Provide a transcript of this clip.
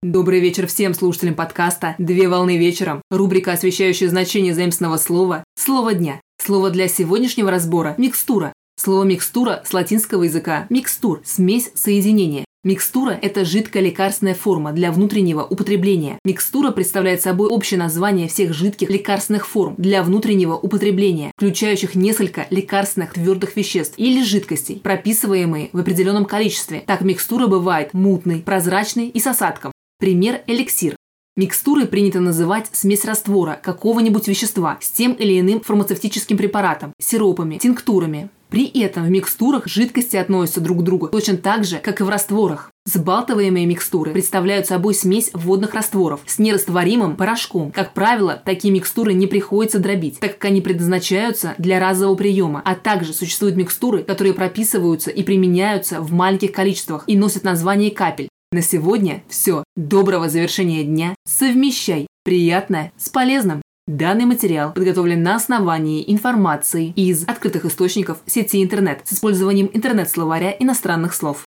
Добрый вечер всем слушателям подкаста «Две волны вечером». Рубрика, освещающая значение заимственного слова «Слово дня». Слово для сегодняшнего разбора – «микстура». Слово «микстура» с латинского языка «микстур» – смесь, соединение. Микстура – это жидкая лекарственная форма для внутреннего употребления. Микстура представляет собой общее название всех жидких лекарственных форм для внутреннего употребления, включающих несколько лекарственных твердых веществ или жидкостей, прописываемые в определенном количестве. Так микстура бывает мутной, прозрачной и с осадком. Пример – эликсир. Микстурой принято называть смесь раствора какого-нибудь вещества с тем или иным фармацевтическим препаратом, сиропами, тинктурами. При этом в микстурах жидкости относятся друг к другу точно так же, как и в растворах. Взбалтываемые микстуры представляют собой смесь водных растворов с нерастворимым порошком. Как правило, такие микстуры не приходится дробить, так как они предназначаются для разового приема, а также существуют микстуры, которые прописываются и применяются в маленьких количествах и носят название капель. На сегодня все. Доброго завершения дня. Совмещай приятное с полезным. Данный материал подготовлен на основании информации из открытых источников сети интернет с использованием интернет-словаря иностранных слов.